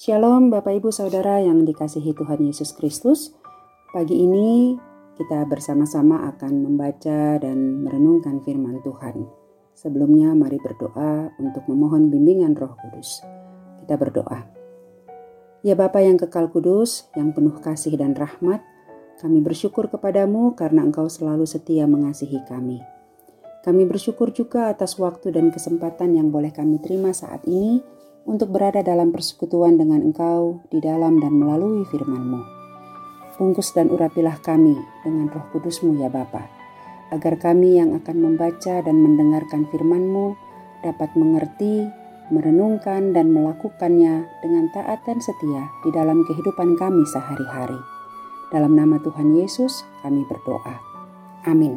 Shalom Bapak Ibu Saudara yang dikasihi Tuhan Yesus Kristus. Pagi ini kita bersama-sama akan membaca dan merenungkan firman Tuhan. Sebelumnya mari berdoa untuk memohon bimbingan Roh Kudus. Kita berdoa. Ya Bapa yang kekal kudus, yang penuh kasih dan rahmat, kami bersyukur kepadamu karena Engkau selalu setia mengasihi kami. Kami bersyukur juga atas waktu dan kesempatan yang boleh kami terima saat ini untuk berada dalam persekutuan dengan Engkau di dalam dan melalui firman-Mu. Bungkus dan urapilah kami dengan Roh Kudus-Mu ya Bapa, agar kami yang akan membaca dan mendengarkan firman-Mu dapat mengerti, merenungkan dan melakukannya dengan taat dan setia di dalam kehidupan kami sehari-hari. Dalam nama Tuhan Yesus kami berdoa. Amin.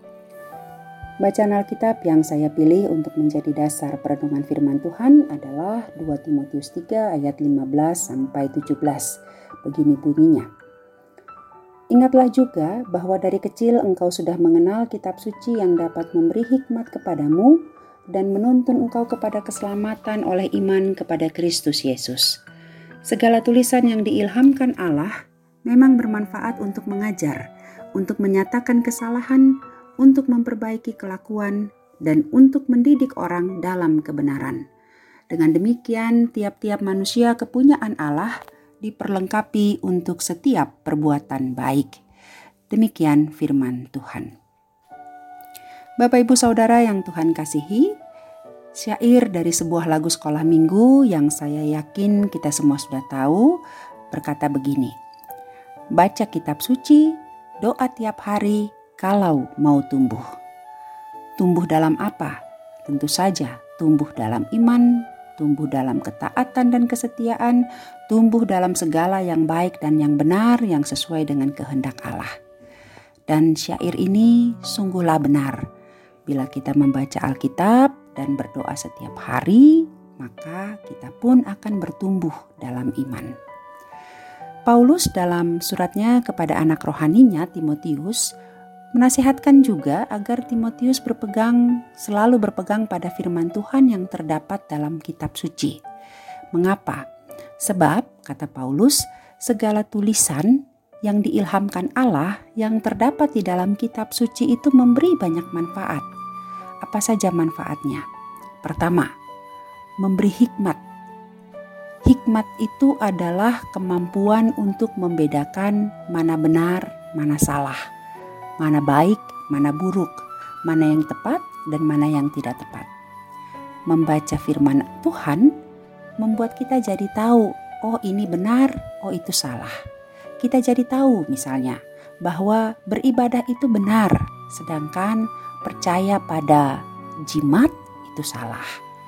Bacaan Alkitab yang saya pilih untuk menjadi dasar perenungan firman Tuhan adalah 2 Timotius 3 ayat 15-17. Begini bunyinya. Ingatlah juga bahwa dari kecil engkau sudah mengenal kitab suci yang dapat memberi hikmat kepadamu dan menuntun engkau kepada keselamatan oleh iman kepada Kristus Yesus. Segala tulisan yang diilhamkan Allah memang bermanfaat untuk mengajar, untuk menyatakan kesalahan, untuk memperbaiki kelakuan, dan untuk mendidik orang dalam kebenaran. Dengan demikian, tiap-tiap manusia kepunyaan Allah diperlengkapi untuk setiap perbuatan baik. Demikian firman Tuhan. Bapak Ibu Saudara yang Tuhan kasihi, syair dari sebuah lagu sekolah minggu yang saya yakin kita semua sudah tahu berkata begini. Baca kitab suci, doa tiap hari, kalau mau tumbuh. Tumbuh dalam apa? Tentu saja tumbuh dalam iman, tumbuh dalam ketaatan dan kesetiaan, tumbuh dalam segala yang baik dan yang benar yang sesuai dengan kehendak Allah. Dan syair ini sungguhlah benar. Bila kita membaca Alkitab dan berdoa setiap hari, maka kita pun akan bertumbuh dalam iman. Paulus dalam suratnya kepada anak rohaninya Timotius menasihatkan juga agar Timotius selalu berpegang pada firman Tuhan yang terdapat dalam kitab suci. Mengapa? Sebab, kata Paulus, segala tulisan yang diilhamkan Allah yang terdapat di dalam kitab suci itu memberi banyak manfaat. Apa saja manfaatnya? Pertama, memberi hikmat. Hikmat itu adalah kemampuan untuk membedakan mana benar, mana salah. Mana baik, mana buruk, mana yang tepat dan mana yang tidak tepat. Membaca firman Tuhan membuat kita jadi tahu, oh ini benar, oh itu salah. Kita jadi tahu misalnya bahwa beribadah itu benar, sedangkan percaya pada jimat itu salah.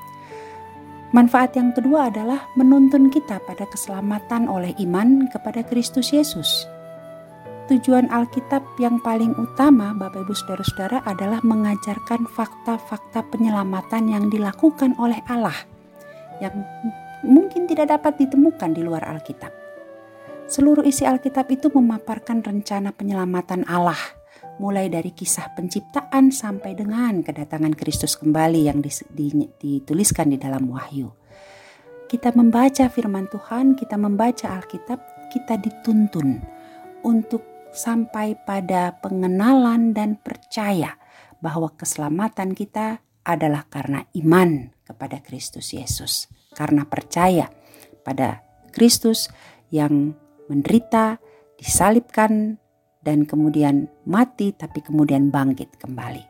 Manfaat yang kedua adalah menuntun kita pada keselamatan oleh iman kepada Kristus Yesus. Tujuan Alkitab yang paling utama Bapak Ibu Saudara-saudara adalah mengajarkan fakta-fakta penyelamatan yang dilakukan oleh Allah yang mungkin tidak dapat ditemukan di luar Alkitab. Seluruh isi Alkitab itu memaparkan rencana penyelamatan Allah mulai dari kisah penciptaan sampai dengan kedatangan Kristus kembali yang dituliskan di dalam Wahyu. Kita membaca firman Tuhan, kita membaca Alkitab, kita dituntun untuk sampai pada pengenalan dan percaya bahwa keselamatan kita adalah karena iman kepada Kristus Yesus. Karena percaya pada Kristus yang menderita, disalibkan, dan kemudian mati tapi kemudian bangkit kembali.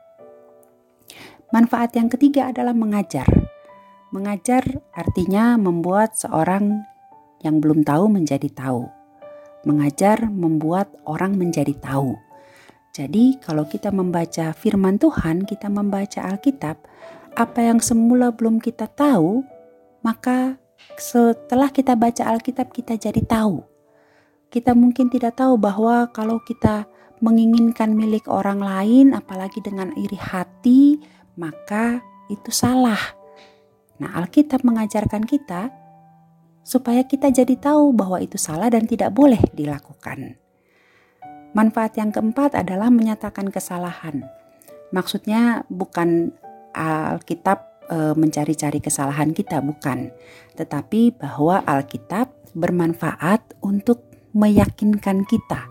Manfaat yang ketiga adalah mengajar. Mengajar artinya membuat seorang yang belum tahu menjadi tahu. Mengajar membuat orang menjadi tahu. Jadi kalau kita membaca firman Tuhan, kita membaca Alkitab, apa yang semula belum kita tahu, maka setelah kita baca Alkitab kita jadi tahu. Kita mungkin tidak tahu bahwa kalau kita menginginkan milik orang lain, apalagi dengan iri hati, maka itu salah. Nah, Alkitab mengajarkan kita supaya kita jadi tahu bahwa itu salah dan tidak boleh dilakukan. Manfaat yang keempat adalah menyatakan kesalahan. Maksudnya bukan Alkitab mencari-cari kesalahan kita, bukan. Tetapi bahwa Alkitab bermanfaat untuk meyakinkan kita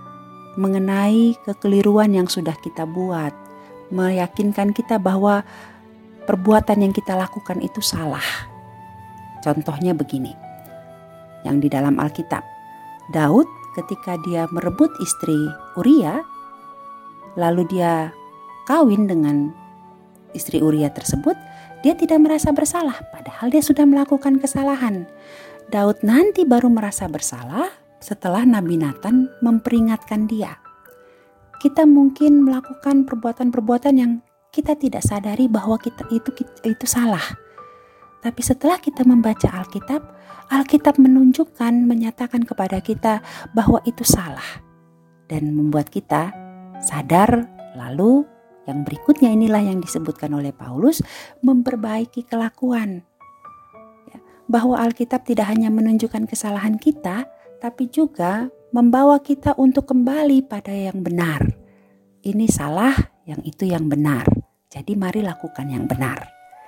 mengenai kekeliruan yang sudah kita buat, meyakinkan kita bahwa perbuatan yang kita lakukan itu salah. Contohnya begini, yang di dalam Alkitab, Daud ketika dia merebut istri Uria, lalu dia kawin dengan istri Uria tersebut, dia tidak merasa bersalah, padahal dia sudah melakukan kesalahan. Daud nanti baru merasa bersalah setelah Nabi Nathan memperingatkan dia. Kita mungkin melakukan perbuatan-perbuatan yang kita tidak sadari bahwa kita itu salah. Tapi setelah kita membaca Alkitab, Alkitab menunjukkan, menyatakan kepada kita bahwa itu salah. Dan membuat kita sadar, lalu yang berikutnya inilah yang disebutkan oleh Paulus, memperbaiki kelakuan. Bahwa Alkitab tidak hanya menunjukkan kesalahan kita, tapi juga membawa kita untuk kembali pada yang benar. Ini salah, yang itu yang benar. Jadi mari lakukan yang benar.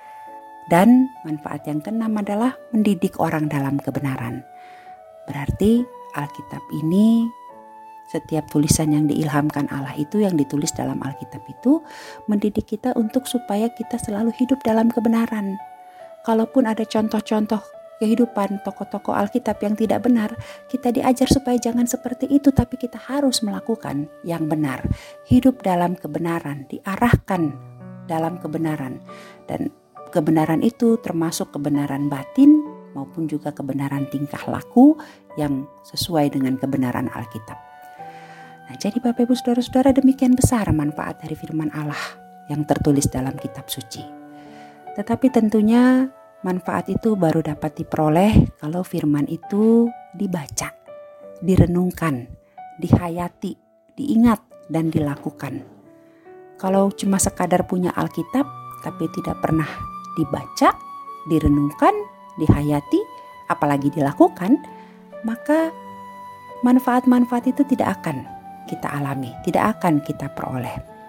Dan manfaat yang keenam adalah mendidik orang dalam kebenaran. Berarti Alkitab ini, setiap tulisan yang diilhamkan Allah itu, yang ditulis dalam Alkitab itu, mendidik kita untuk supaya kita selalu hidup dalam kebenaran. Kalaupun ada contoh-contoh kehidupan tokoh-tokoh Alkitab yang tidak benar, kita diajar supaya jangan seperti itu, tapi kita harus melakukan yang benar. Hidup dalam kebenaran, diarahkan dalam kebenaran. Dan kebenaran itu termasuk kebenaran batin maupun juga kebenaran tingkah laku yang sesuai dengan kebenaran Alkitab. Nah, jadi Bapak Ibu Saudara-saudara, demikian besar manfaat dari firman Allah yang tertulis dalam kitab suci. Tetapi tentunya manfaat itu baru dapat diperoleh kalau firman itu dibaca, direnungkan, dihayati, diingat, dan dilakukan. Kalau cuma sekadar punya Alkitab tapi tidak pernah dibaca, direnungkan, dihayati, apalagi dilakukan, maka manfaat-manfaat itu tidak akan kita alami, tidak akan kita peroleh.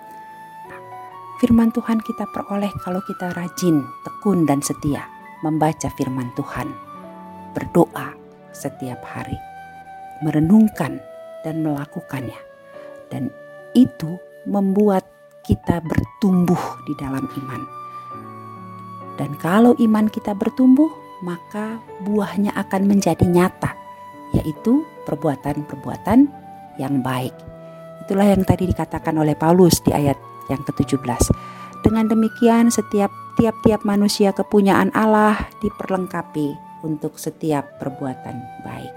Firman Tuhan kita peroleh kalau kita rajin, tekun, dan setia membaca firman Tuhan, berdoa setiap hari, merenungkan dan melakukannya. Dan itu membuat kita bertumbuh di dalam iman. Dan kalau iman kita bertumbuh, maka buahnya akan menjadi nyata, yaitu perbuatan-perbuatan yang baik. Itulah yang tadi dikatakan oleh Paulus di ayat yang ke-17. Dengan demikian tiap-tiap manusia kepunyaan Allah diperlengkapi untuk setiap perbuatan baik.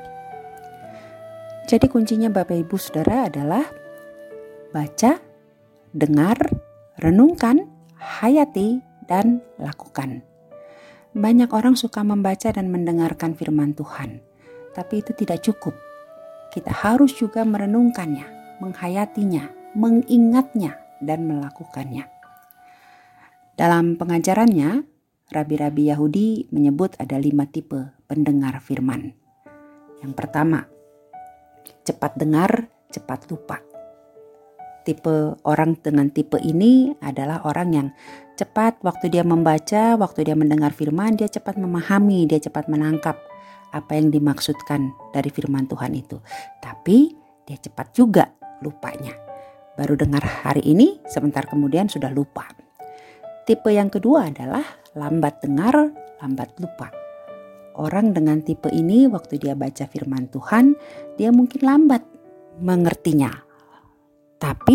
Jadi kuncinya Bapak Ibu Saudara adalah baca, dengar, renungkan, hayati, dan lakukan. Banyak orang suka membaca dan mendengarkan firman Tuhan, tapi itu tidak cukup. Kita harus juga merenungkannya, menghayatinya, mengingatnya, dan melakukannya. Dalam pengajarannya, rabi-rabi Yahudi menyebut ada 5 tipe pendengar firman. Yang pertama, cepat dengar, cepat lupa. Tipe orang dengan tipe ini adalah orang yang cepat waktu dia membaca, waktu dia mendengar firman, dia cepat memahami, dia cepat menangkap apa yang dimaksudkan dari firman Tuhan itu. Tapi dia cepat juga lupanya. Baru dengar hari ini, sebentar kemudian sudah lupa. Tipe yang kedua adalah lambat dengar, lambat lupa. Orang dengan tipe ini waktu dia baca firman Tuhan, dia mungkin lambat mengertinya. Tapi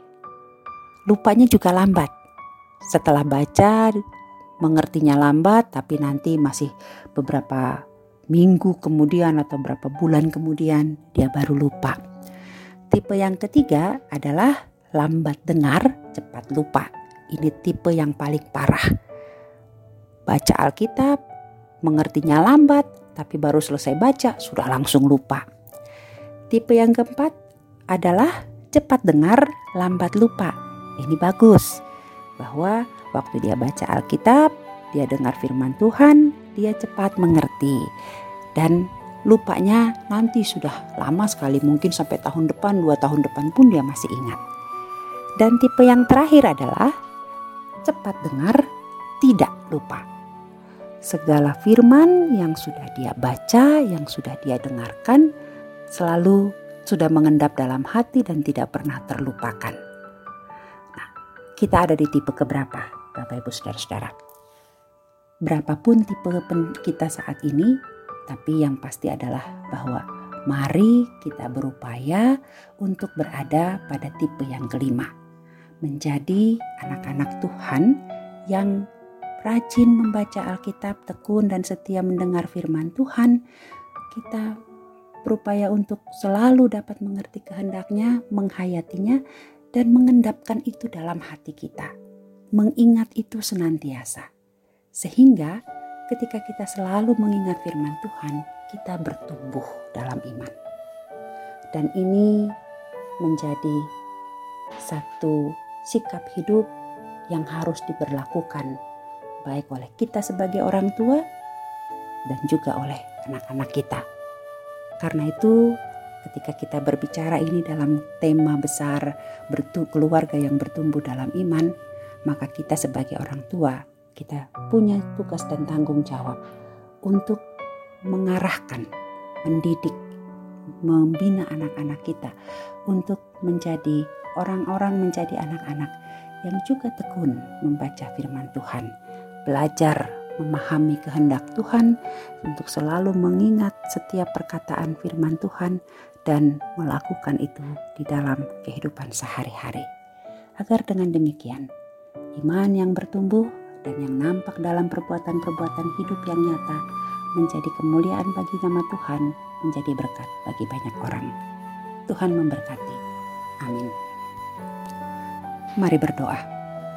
lupanya juga lambat. Setelah baca, mengertinya lambat, tapi nanti masih beberapa minggu kemudian atau beberapa bulan kemudian dia baru lupa. Tipe yang ketiga adalah lambat dengar, cepat lupa. Ini tipe yang paling parah. Baca Alkitab, mengertinya lambat, tapi baru selesai baca sudah langsung lupa. Tipe yang keempat adalah cepat dengar, lambat lupa. Ini bagus, bahwa waktu dia baca Alkitab, dia dengar firman Tuhan, dia cepat mengerti. Dan lupanya nanti sudah lama sekali, mungkin sampai tahun depan, 2 tahun depan pun dia masih ingat. Dan tipe yang terakhir adalah cepat dengar, tidak lupa. Segala firman yang sudah dia baca, yang sudah dia dengarkan, selalu sudah mengendap dalam hati dan tidak pernah terlupakan. Nah, kita ada di tipe keberapa, Bapak Ibu Saudara-saudara? Berapapun tipe kita saat ini, tapi yang pasti adalah bahwa mari kita berupaya untuk berada pada tipe yang kelima. Menjadi anak-anak Tuhan yang rajin membaca Alkitab, tekun dan setia mendengar firman Tuhan. Kita berupaya untuk selalu dapat mengerti kehendak-Nya, menghayatinya, dan mengendapkan itu dalam hati kita. Mengingat itu senantiasa. Sehingga ketika kita selalu mengingat firman Tuhan, kita bertumbuh dalam iman. Dan ini menjadi satu sikap hidup yang harus diberlakukan baik oleh kita sebagai orang tua dan juga oleh anak-anak kita. Karena itu ketika kita berbicara ini dalam tema besar keluarga yang bertumbuh dalam iman, maka kita sebagai orang tua, kita punya tugas dan tanggung jawab untuk mengarahkan, mendidik, membina anak-anak kita untuk menjadi orang-orang, menjadi anak-anak yang juga tekun membaca firman Tuhan, belajar memahami kehendak Tuhan, untuk selalu mengingat setiap perkataan firman Tuhan dan melakukan itu di dalam kehidupan sehari-hari. Agar dengan demikian, iman yang bertumbuh dan yang nampak dalam perbuatan-perbuatan hidup yang nyata menjadi kemuliaan bagi nama Tuhan, menjadi berkat bagi banyak orang. Tuhan memberkati. Amin. Mari berdoa.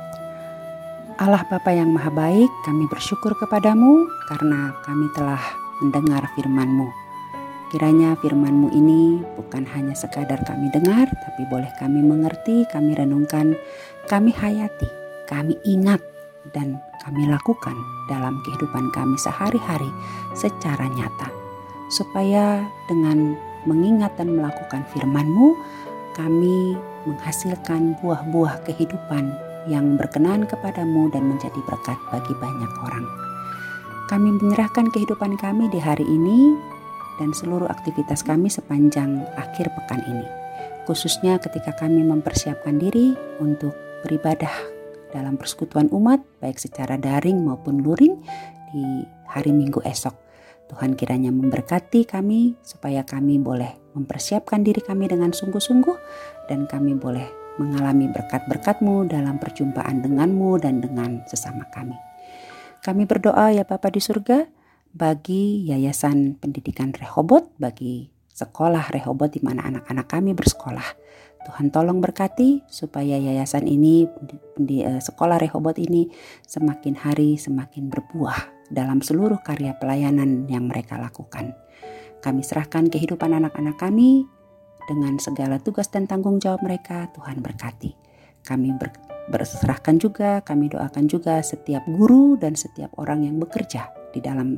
Allah Bapa yang Maha Baik, kami bersyukur kepadamu karena kami telah mendengar firman-Mu. Kiranya firman-Mu ini bukan hanya sekadar kami dengar, tapi boleh kami mengerti, kami renungkan, kami hayati, kami ingat, dan kami lakukan dalam kehidupan kami sehari-hari secara nyata. Supaya dengan mengingat dan melakukan firman-Mu, kami menghasilkan buah-buah kehidupan yang berkenan kepadamu dan menjadi berkat bagi banyak orang. Kami menyerahkan kehidupan kami di hari ini dan seluruh aktivitas kami sepanjang akhir pekan ini. Khususnya ketika kami mempersiapkan diri untuk beribadah dalam persekutuan umat, baik secara daring maupun luring di hari Minggu esok. Tuhan kiranya memberkati kami supaya kami boleh mempersiapkan diri kami dengan sungguh-sungguh dan kami boleh mengalami berkat-berkat-Mu dalam perjumpaan dengan-Mu dan dengan sesama kami. Kami berdoa ya Bapa di surga bagi Yayasan Pendidikan Rehobot, bagi sekolah Rehobot di mana anak-anak kami bersekolah. Tuhan tolong berkati supaya yayasan ini, sekolah Rehobot ini semakin hari semakin berbuah dalam seluruh karya pelayanan yang mereka lakukan. Kami serahkan kehidupan anak-anak kami dengan segala tugas dan tanggung jawab mereka. Tuhan berkati. Kami berserahkan juga, kami doakan juga setiap guru dan setiap orang yang bekerja di dalam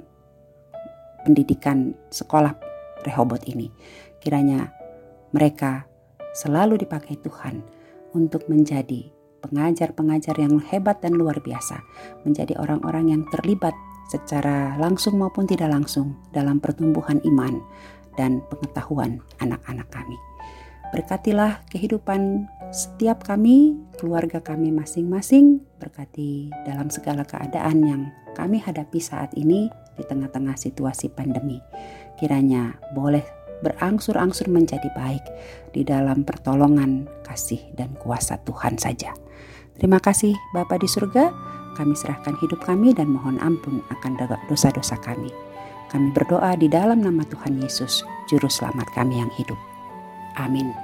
pendidikan sekolah Rehobot ini. Kiranya mereka selalu dipakai Tuhan untuk menjadi pengajar-pengajar yang hebat dan luar biasa, menjadi orang-orang yang terlibat secara langsung maupun tidak langsung dalam pertumbuhan iman dan pengetahuan anak-anak kami. Berkatilah kehidupan setiap kami, keluarga kami masing-masing, berkati dalam segala keadaan yang kami hadapi saat ini di tengah-tengah situasi pandemi. Kiranya boleh berangsur-angsur menjadi baik di dalam pertolongan, kasih, dan kuasa Tuhan saja. Terima kasih Bapa di surga, kami serahkan hidup kami dan mohon ampun akan dosa-dosa kami. Kami berdoa di dalam nama Tuhan Yesus, Juru Selamat kami yang hidup. Amin.